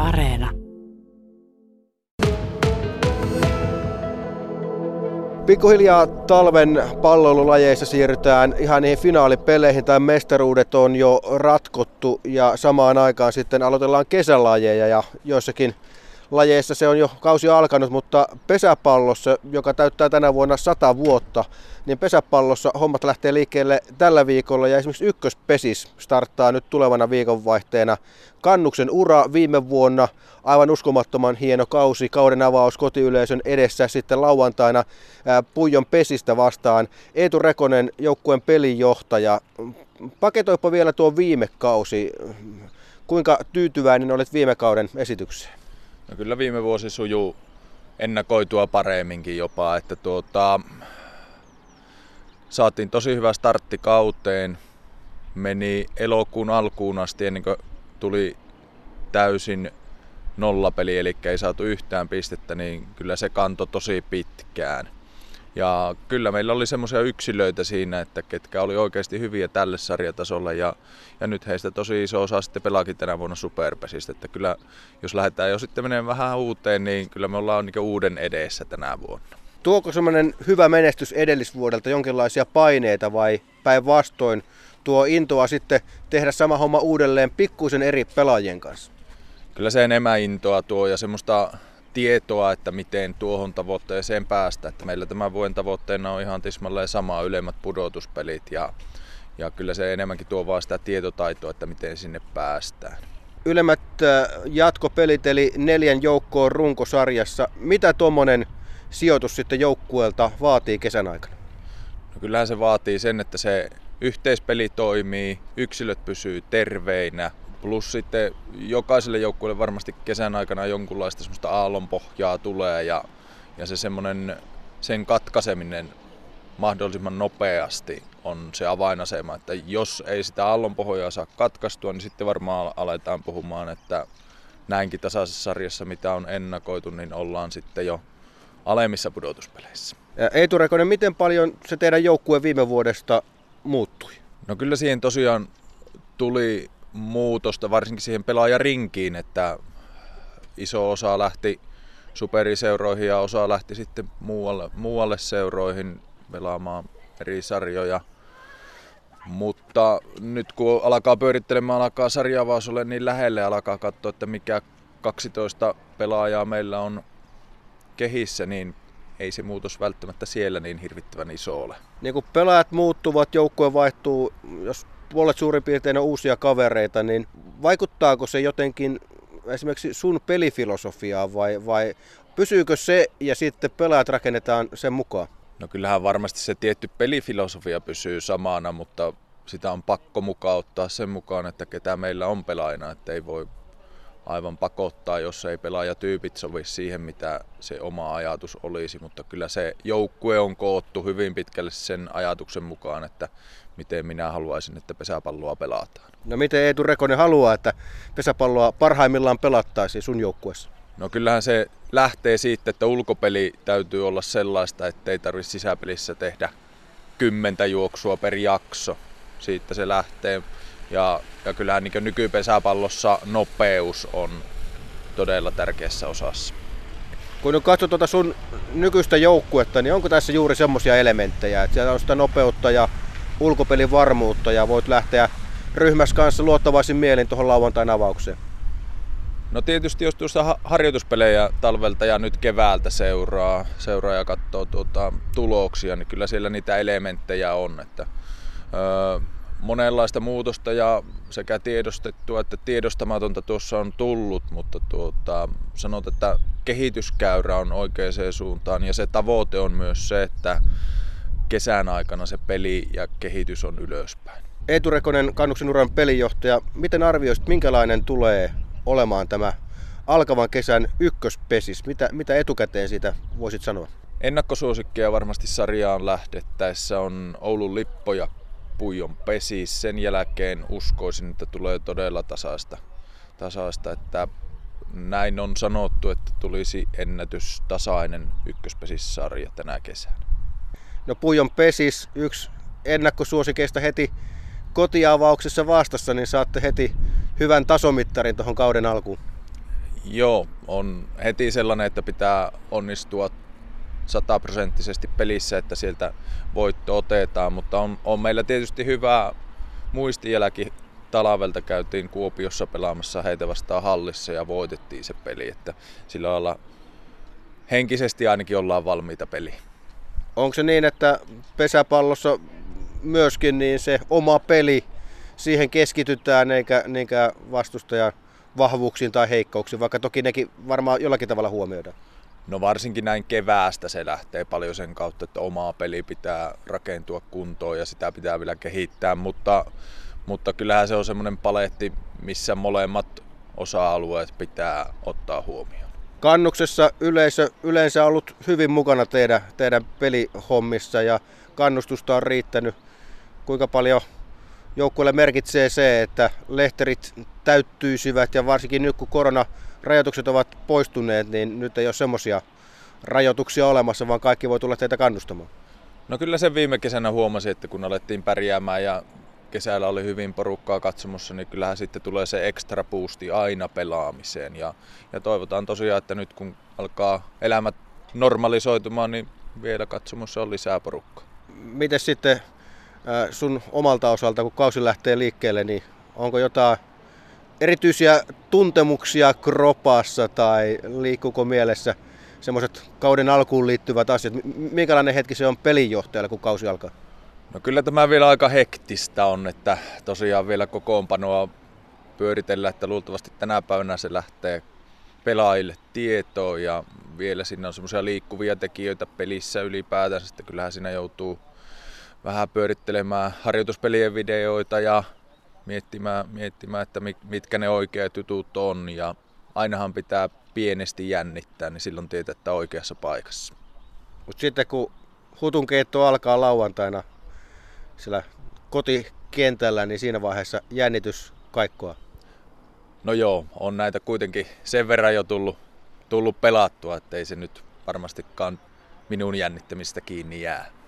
Areena. Pikkuhiljaa talven palloilulajeissa siirrytään ihan niihin finaalipeleihin tai mestaruudet on jo ratkottu ja samaan aikaan sitten aloitellaan kesälajeja ja joissakin lajeissa se on jo kausi alkanut, mutta pesäpallossa, joka täyttää tänä vuonna 100 vuotta, niin pesäpallossa hommat lähtee liikkeelle tällä viikolla ja esimerkiksi ykköspesis starttaa nyt tulevana viikonvaihteena. Kannuksen ura viime vuonna, aivan uskomattoman hieno kausi, kauden avaus kotiyleisön edessä sitten lauantaina Puijon Pesistä vastaan. Eetu Rekonen, joukkueen pelinjohtaja. Paketoipa vielä tuo viime kausi. Kuinka tyytyväinen olet viime kauden esitykseen? No kyllä viime vuosi sujuu ennakoitua paremminkin jopa, että saatiin tosi hyvä startti kauteen, meni elokuun alkuun asti ennen kuin tuli täysin nollapeli, eli ei saatu yhtään pistettä, niin kyllä se kantoi tosi pitkään. Ja kyllä meillä oli semmoisia yksilöitä siinä, että ketkä oli oikeasti hyviä tälle sarjatasolle ja nyt heistä tosi iso osa sitten pelaakin tänä vuonna superpesistä. Että kyllä jos lähdetään jo sitten menemään vähän uuteen, niin kyllä me ollaan niin uuden edessä tänä vuonna. Tuoko semmoinen hyvä menestys edellisvuodelta jonkinlaisia paineita vai päinvastoin tuo intoa sitten tehdä sama homma uudelleen pikkuisen eri pelaajien kanssa? Kyllä se enemmän intoa tuo ja semmoista tietoa, että miten tuohon tavoitteeseen päästä. Että meillä tämän vuoden tavoitteena on ihan tismalleen sama ylemmät pudotuspelit ja kyllä se enemmänkin tuo vaan sitä tietotaitoa, että miten sinne päästään. Ylemmät jatkopelit eli 4 joukkoon runkosarjassa. Mitä tuommoinen sijoitus sitten joukkueelta vaatii kesän aikana? No kyllähän se vaatii sen, että se yhteispeli toimii, yksilöt pysyy terveinä. Plus sitten jokaiselle joukkueelle varmasti kesän aikana jonkunlaista semmoista aallonpohjaa tulee ja se semmoinen sen katkaiseminen mahdollisimman nopeasti on se avainasema, että jos ei sitä aallonpohjaa saa katkaistua, niin sitten varmaan aletaan puhumaan, että näinkin tasaisessa sarjassa mitä on ennakoitu, niin ollaan sitten jo alemmissa pudotuspeleissä. Eetu Rekonen, miten paljon se teidän joukkue viime vuodesta muuttui? No kyllä siihen tosiaan tuli muutosta, varsinkin siihen pelaajarinkiin, että iso osa lähti superiseuroihin ja osa lähti sitten muualle seuroihin pelaamaan eri sarjoja. Mutta nyt kun alkaa pyörittelemään, alkaa sarjavaus olla niin lähelle, alkaa katsoa, että mikä 12 pelaajaa meillä on kehissä, niin ei se muutos välttämättä siellä niin hirvittävän iso ole. Niin kun pelaajat muuttuvat, joukkue vaihtuu, jos puolet suurin piirtein on uusia kavereita, niin vaikuttaako se jotenkin esimerkiksi sun pelifilosofiaan vai pysyykö se ja sitten pelaajat rakennetaan sen mukaan? No kyllähän varmasti se tietty pelifilosofia pysyy samana, mutta sitä on pakko mukauttaa sen mukaan, että ketä meillä on pelaajana, että ei voi aivan pakottaa, jos ei pelaajatyypit sovi siihen, mitä se oma ajatus olisi, mutta kyllä se joukkue on koottu hyvin pitkälle sen ajatuksen mukaan, että miten minä haluaisin, että pesäpalloa pelataan. No miten Eetu Rekonen haluaa, että pesäpalloa parhaimmillaan pelattaisiin sun joukkueessa? No kyllähän se lähtee siitä, että ulkopeli täytyy olla sellaista, että ei tarvitse sisäpelissä tehdä 10 juoksua per jakso. Siitä se lähtee. Ja kyllähän niin nykypesäpallossa nopeus on todella tärkeässä osassa. Kun nyt katsot tuota sun nykyistä joukkuetta, niin onko tässä juuri semmoisia elementtejä, että siellä on sitä nopeutta ja ulkopelin varmuutta ja voit lähteä ryhmässä kanssa luottavaisin mielin tuohon lauantain avaukseen? No tietysti jos tuossa harjoituspelejä talvelta ja nyt keväältä seuraa ja katsoo tuloksia, niin kyllä siellä niitä elementtejä on. Että, monenlaista muutosta ja sekä tiedostettua että tiedostamatonta tuossa on tullut, mutta sanotaan, että kehityskäyrä on oikeaan suuntaan ja se tavoite on myös se, että kesän aikana se peli ja kehitys on ylöspäin. Eetu Rekonen, Kannuksen uran pelinjohtaja, miten arvioisit, minkälainen tulee olemaan tämä alkavan kesän ykköspesis? Mitä etukäteen siitä voisit sanoa? Ennakkosuosikkeja varmasti sarjaan lähdettäessä on Oulun Lippo ja Puijon Pesis. Sen jälkeen uskoisin, että tulee todella tasaista, että näin on sanottu, että tulisi ennätystasainen ykköspesissarja tänä kesänä. No Puijon Pesis, yksi ennakkosuosikeista heti kotiavauksessa vastassa, niin saatte heti hyvän tasomittarin tuohon kauden alkuun. Joo, on heti sellainen, että pitää onnistua 100% pelissä, että sieltä voitto otetaan, mutta on meillä tietysti hyvä muistijälki. Talvelta käytiin Kuopiossa pelaamassa heitä vastaan Hallissa ja voitettiin se peli, että sillä lailla henkisesti ainakin ollaan valmiita peliin. Onko se niin, että pesäpallossa myöskin niin se oma peli, siihen keskitytään eikä niinkään vastustajan vahvuuksiin tai heikkouksiin, vaikka toki nekin varmaan jollakin tavalla huomioidaan? No varsinkin näin keväästä se lähtee paljon sen kautta, että omaa peli pitää rakentua kuntoon ja sitä pitää vielä kehittää, mutta kyllähän se on semmoinen paletti, missä molemmat osa-alueet pitää ottaa huomioon. Kannuksessa yleisö yleensä ollut hyvin mukana teidän pelihommissa ja kannustusta on riittänyt. Kuinka paljon joukkueelle merkitsee se, että lehterit täyttyisivät ja varsinkin nyt kun koronarajoitukset ovat poistuneet, niin nyt ei ole semmoisia rajoituksia olemassa, vaan kaikki voi tulla teitä kannustamaan? No kyllä sen viime kesänä huomasin, että kun alettiin pärjäämään ja kesällä oli hyvin porukkaa katsomossa, niin kyllähän sitten tulee se extra boosti aina pelaamiseen. Ja toivotaan tosiaan, että nyt kun alkaa elämät normalisoitumaan, niin vielä katsomossa on lisää porukkaa. Miten sitten sun omalta osalta, kun kausi lähtee liikkeelle, niin onko jotain erityisiä tuntemuksia kropassa tai liikkuuko mielessä semmoiset kauden alkuun liittyvät asiat? Minkälainen hetki se on pelinjohtajalle, kun kausi alkaa? No kyllä tämä vielä aika hektistä on, että tosiaan vielä kokoonpanoa pyöritellä, että luultavasti tänä päivänä se lähtee pelaajille tietoon ja vielä siinä on semmoisia liikkuvia tekijöitä pelissä ylipäätänsä, että kyllähän siinä joutuu vähän pyörittelemään harjoituspelien videoita ja miettimään, että mitkä ne oikeat jutut on ja ainahan pitää pienesti jännittää, niin silloin tietää, että oikeassa paikassa. Mutta sitten kun hutunkeitto alkaa lauantaina siellä kotikentällä, niin siinä vaiheessa jännitys kaikkoa. No joo, on näitä kuitenkin sen verran jo tullut pelattua, ettei se nyt varmastikaan minun jännittämistä kiinni jää.